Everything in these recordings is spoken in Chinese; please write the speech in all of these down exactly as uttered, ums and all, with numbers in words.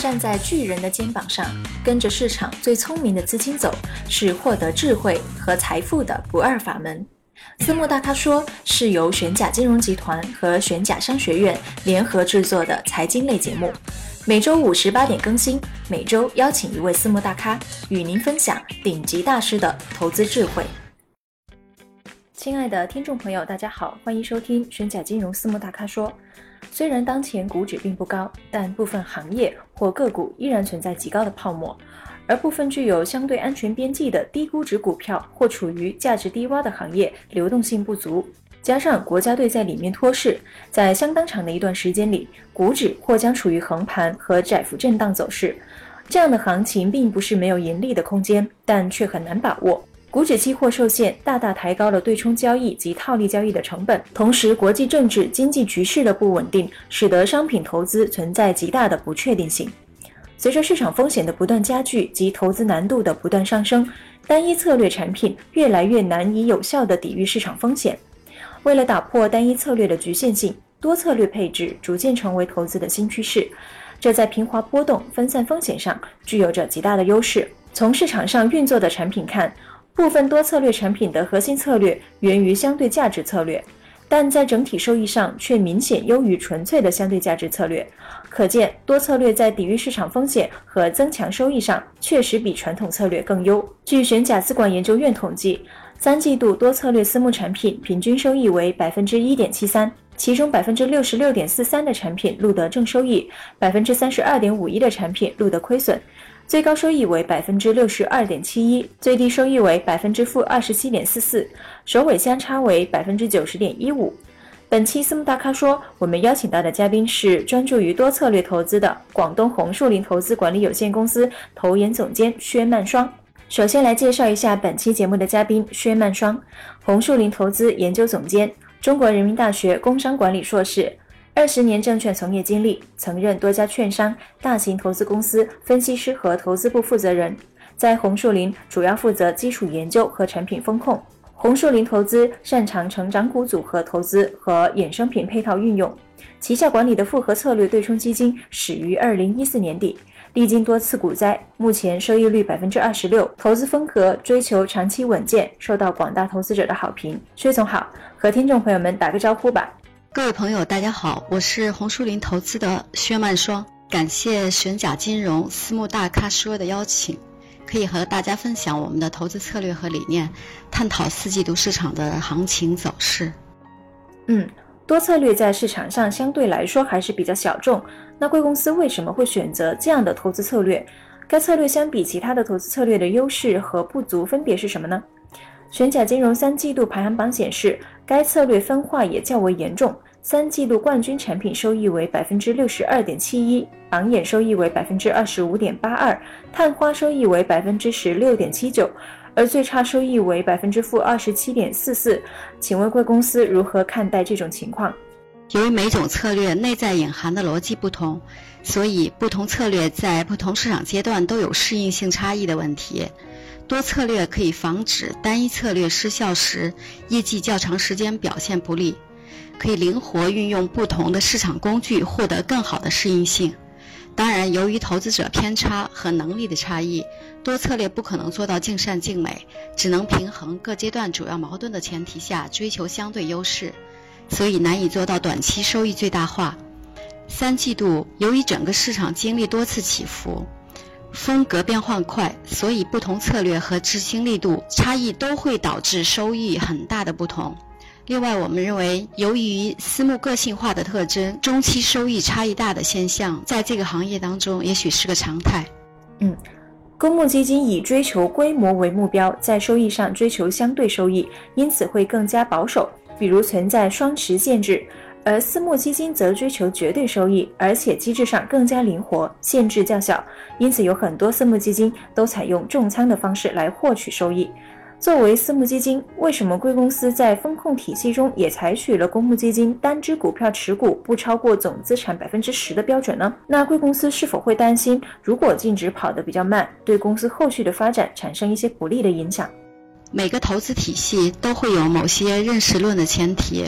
站在巨人的肩膀上，跟着市场最聪明的资金走，是获得智慧和财富的不二法门。私募大咖说是由玄甲金融集团和玄甲商学院联合制作的财经类节目，每周五十八点更新，每周邀请一位私募大咖与您分享顶级大师的投资智慧。亲爱的听众朋友，大家好，欢迎收听玄甲金融私募大咖说。虽然当前股指并不高，但部分行业或个股依然存在极高的泡沫，而部分具有相对安全边际的低估值股票或处于价值低洼的行业流动性不足，加上国家队在里面托市，在相当长的一段时间里，股指或将处于横盘和窄幅震荡走势。这样的行情并不是没有盈利的空间，但却很难把握。股指期货受限，大大抬高了对冲交易及套利交易的成本，同时国际政治经济局势的不稳定，使得商品投资存在极大的不确定性。随着市场风险的不断加剧及投资难度的不断上升，单一策略产品越来越难以有效地抵御市场风险。为了打破单一策略的局限性，多策略配置逐渐成为投资的新趋势，这在平滑波动、分散风险上具有着极大的优势。从市场上运作的产品看，部分多策略产品的核心策略源于相对价值策略，但在整体收益上却明显优于纯粹的相对价值策略。可见，多策略在抵御市场风险和增强收益上确实比传统策略更优。据玄甲资管研究院统计，三季度多策略私募产品平均收益为 百分之一点七三， 其中 百分之六十六点四三 的产品录得正收益， 百分之三十二点五一 的产品录得亏损，最高收益为 百分之六十二点七一， 最低收益为 百分之负二十七点四四， 首尾相差为 百分之九十点一五。本期私募大咖说，我们邀请到的嘉宾是专注于多策略投资的广东红树林投资管理有限公司投研总监薛曼双。首先来介绍一下本期节目的嘉宾薛曼双，红树林投资研究总监，中国人民大学工商管理硕士，二十年证券从业经历，曾任多家券商、大型投资公司分析师和投资部负责人。在红树林主要负责基础研究和产品风控。红树林投资擅长成长股组合投资和衍生品配套运用，旗下管理的复合策略对冲基金始于二零一四年底，历经多次股灾，目前收益率 百分之二十六， 投资风格追求长期稳健，受到广大投资者的好评。薛总好，和听众朋友们打个招呼吧。 各位朋友大家好，我是红树林投资的薛曼双，感谢玄甲金融私募大咖说的邀请，可以和大家分享我们的投资策略和理念，探讨四季度市场的行情走势。 嗯，多策略在市场上相对来说还是比较小众，那贵公司为什么会选择这样的投资策略？该策略相比其他的投资策略的优势和不足分别是什么呢？玄甲金融三季度排行榜显示，该策略分化也较为严重，三季度冠军产品收益为 百分之六十二点七一， 榜眼收益为 百分之二十五点八二， 探花收益为 百分之十六点七九， 而最差收益为 百分之负二十七点四四。 请问贵公司如何看待这种情况？ 由于每种策略内在隐含的逻辑不同，所以不同策略在不同市场阶段都有适应性差异的问题。多策略可以防止单一策略失效时业绩较长时间表现不利，可以灵活运用不同的市场工具获得更好的适应性。当然，由于投资者偏差和能力的差异，多策略不可能做到尽善尽美，只能平衡各阶段主要矛盾的前提下追求相对优势，所以难以做到短期收益最大化。三季度由于整个市场经历多次起伏，风格变换快，所以不同策略和执行力度差异都会导致收益很大的不同。另外，我们认为由于私募个性化的特征，中期收益差异大的现象在这个行业当中也许是个常态。 嗯，公募基金以追求规模为目标，在收益上追求相对收益，因此会更加保守，比如存在双持限制，而私募基金则追求绝对收益，而且机制上更加灵活，限制较小，因此有很多私募基金都采用重仓的方式来获取收益。作为私募基金，为什么贵公司在风控体系中也采取了公募基金单只股票持股不超过总资产 百分之十 的标准呢？那贵公司是否会担心，如果净值跑得比较慢，对公司后续的发展产生一些不利的影响？ 每个投资体系都会有某些认识论的前提，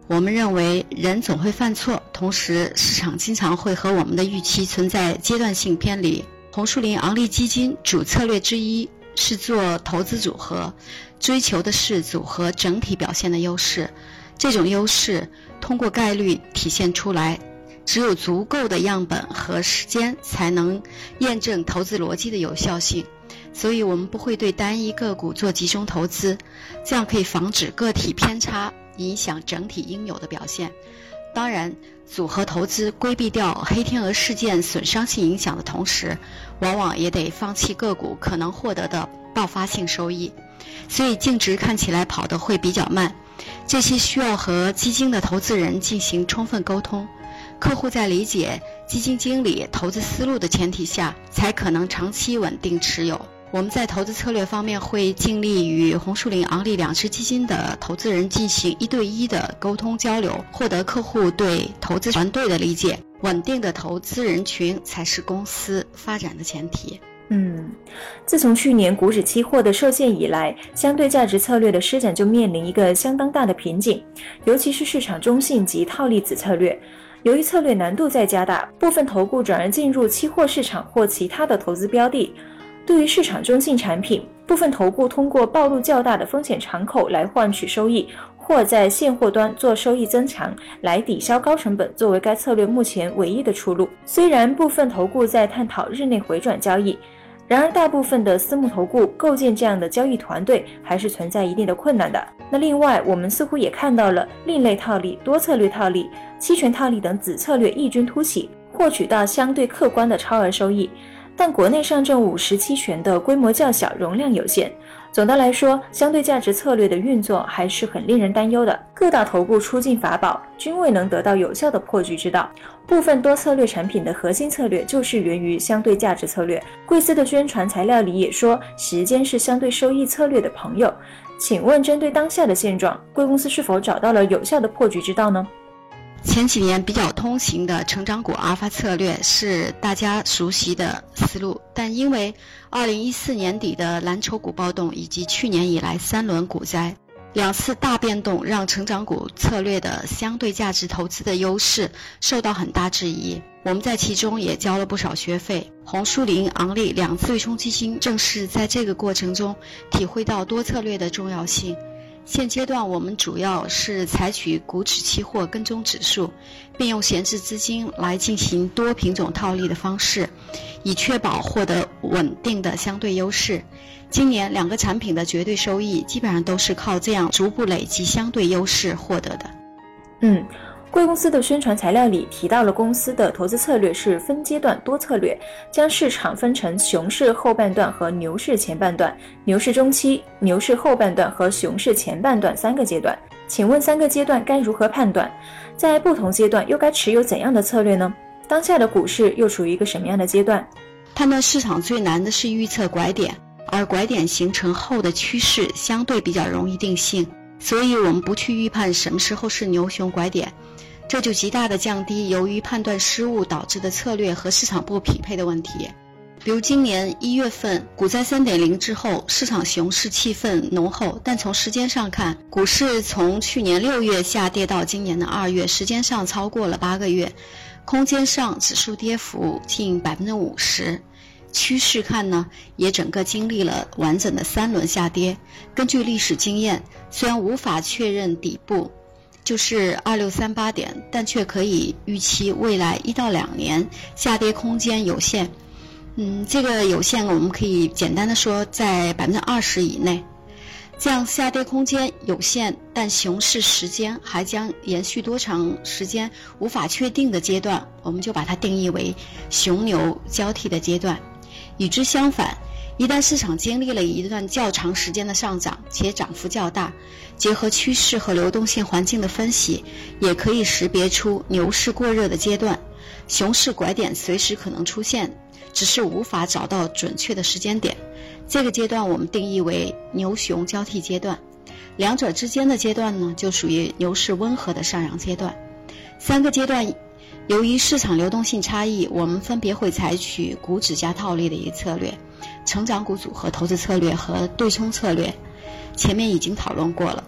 我们认为人总会犯错，同时市场经常会和我们的预期存在阶段性偏离。红树林昂立基金主策略之一是做投资组合，追求的是组合整体表现的优势。这种优势通过概率体现出来，只有足够的样本和时间才能验证投资逻辑的有效性。所以我们不会对单一个股做集中投资，这样可以防止个体偏差影响整体应有的表现。当然，组合投资规避掉黑天鹅事件损伤性影响的同时，往往也得放弃个股可能获得的爆发性收益，所以净值看起来跑得会比较慢。这些需要和基金的投资人进行充分沟通，客户在理解基金经理投资思路的前提下，才可能长期稳定持有。我们在投资策略方面会尽力与红树林昂立两只基金的投资人进行一对一的沟通交流，获得客户对投资团队的理解。稳定的投资人群才是公司发展的前提。 嗯，自从去年股指期货的受限以来，相对价值策略的施展就面临一个相当大的瓶颈，尤其是市场中性及套利子策略。由于策略难度在加大，部分投顾转而进入期货市场或其他的投资标的。对于市场中性产品，部分投顾通过暴露较大的风险敞口来换取收益，或在现货端做收益增强来抵消高成本，作为该策略目前唯一的出路。虽然部分投顾在探讨日内回转交易，然而大部分的私募投顾构建这样的交易团队还是存在一定的困难的。那另外，我们似乎也看到了另类套利、多策略套利、期权套利等子策略异军突起，获取到相对客观的超额收益。但国内上证五十期权的规模较小，容量有限。总的来说，相对价值策略的运作还是很令人担忧的。各大头部出尽法宝，均未能得到有效的破局之道。部分多策略产品的核心策略就是源于相对价值策略。贵司的宣传材料里也说，时间是相对收益策略的朋友。请问，针对当下的现状，贵公司是否找到了有效的破局之道呢？ 前几年比较通行的成长股阿尔法策略是大家熟悉的思路，但因为二零一四年底的蓝筹股暴动以及去年以来三轮股灾，两次大变动让成长股策略的相对价值投资的优势受到很大质疑。我们在其中也交了不少学费。红树林昂立两次对冲基金正是在这个过程中体会到多策略的重要性。现阶段我们主要是采取股指期货跟踪指数，并用闲置资金来进行多品种套利的方式，以确保获得稳定的相对优势。今年两个产品的绝对收益基本上都是靠这样逐步累积相对优势获得的。 嗯，贵公司的宣传材料里提到了公司的投资策略是分阶段多策略，将市场分成熊市后半段和牛市前半段、牛市中期、牛市后半段和熊市前半段三个阶段。请问三个阶段该如何判断？在不同阶段又该持有怎样的策略呢？当下的股市又处于一个什么样的阶段？ 判断市场最难的是预测拐点，而拐点形成后的趋势相对比较容易定性，所以我们不去预判什么时候是牛熊拐点，这就极大地降低由于判断失误导致的策略和市场不匹配的问题。比如今年一月份股灾 三点零 之后，市场熊市气氛浓厚，但从时间上看，股市从去年六月下跌到今年的二月，时间上超过了八个月，空间上指数跌幅近 百分之五十。趋势看呢，也整个经历了完整的三轮下跌。根据历史经验，虽然无法确认底部就是二六三八点，但却可以预期未来一到两年下跌空间有限。嗯，这个有限我们可以简单的说在 百分之二十 以内。这样下跌空间有限，但熊市时间还将延续多长时间无法确定的阶段，我们就把它定义为熊牛交替的阶段。与之相反，一旦市场经历了一段较长时间的上涨，且涨幅较大，结合趋势和流动性环境的分析，也可以识别出牛市过热的阶段。熊市拐点随时可能出现，只是无法找到准确的时间点。这个阶段我们定义为牛熊交替阶段，两者之间的阶段呢，就属于牛市温和的上扬阶段。三个阶段由于市场流动性差异，我们分别会采取股指加套利的一个策略、成长股组合投资策略和对冲策略。前面已经讨论过了。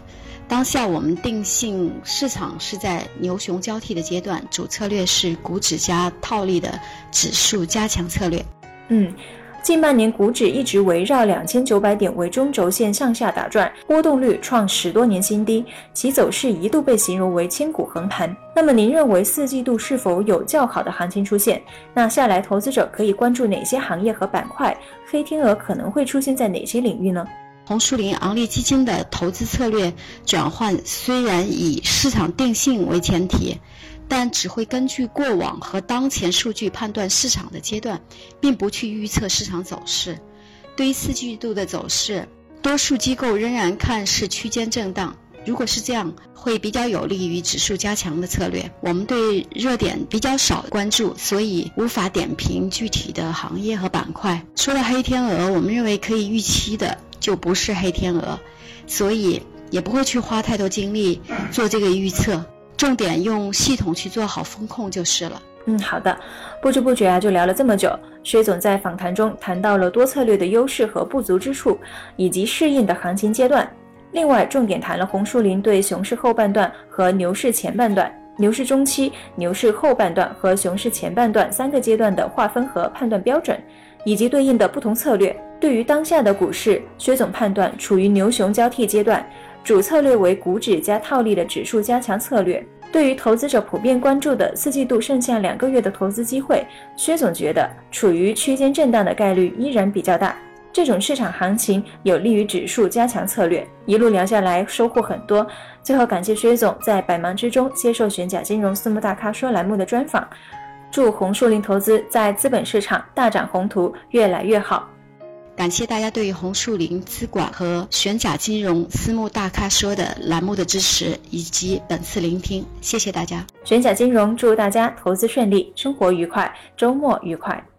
当下我们定性市场是在牛熊交替的阶段，主策略是股指加套利的指数加强策略。 嗯，近半年股指一直围绕两千九百点为中轴线向下打转，波动率创十多年新低，其走势一度被形容为千股横盘。那么您认为四季度是否有较好的行情出现？那下来投资者可以关注哪些行业和板块？黑天鹅可能会出现在哪些领域呢？ 红树林昂立基金的投资策略转换虽然以市场定性为前提，但只会根据过往和当前数据判断市场的阶段，并不去预测市场走势。对于四季度的走势，多数机构仍然看是区间震荡，如果是这样，会比较有利于指数加强的策略。我们对热点比较少关注，所以无法点评具体的行业和板块。说到黑天鹅，我们认为可以预期的就不是黑天鹅，所以也不会去花太多精力做这个预测，重点用系统去做好风控就是了。 嗯，好的，不知不觉啊就聊了这么久。薛总在访谈中谈到了多策略的优势和不足之处，以及适应的行情阶段。另外，重点谈了红树林对熊市后半段和牛市前半段、牛市中期、牛市后半段和熊市前半段三个阶段的划分和判断标准，以及对应的不同策略。对于当下的股市，薛总判断处于牛熊交替阶段，主策略为股指加套利的指数加强策略。对于投资者普遍关注的四季度剩下两个月的投资机会，薛总觉得处于区间震荡的概率依然比较大。这种市场行情有利于指数加强策略。一路聊下来收获很多，最后感谢薛总在百忙之中接受玄甲金融私募大咖说栏目的专访，祝红树林投资在资本市场大展宏图，越来越好。 感谢大家对红树林资管和玄甲金融私募大咖说的栏目的支持以及本次聆听，谢谢大家。 玄甲金融祝大家投资顺利，生活愉快，周末愉快。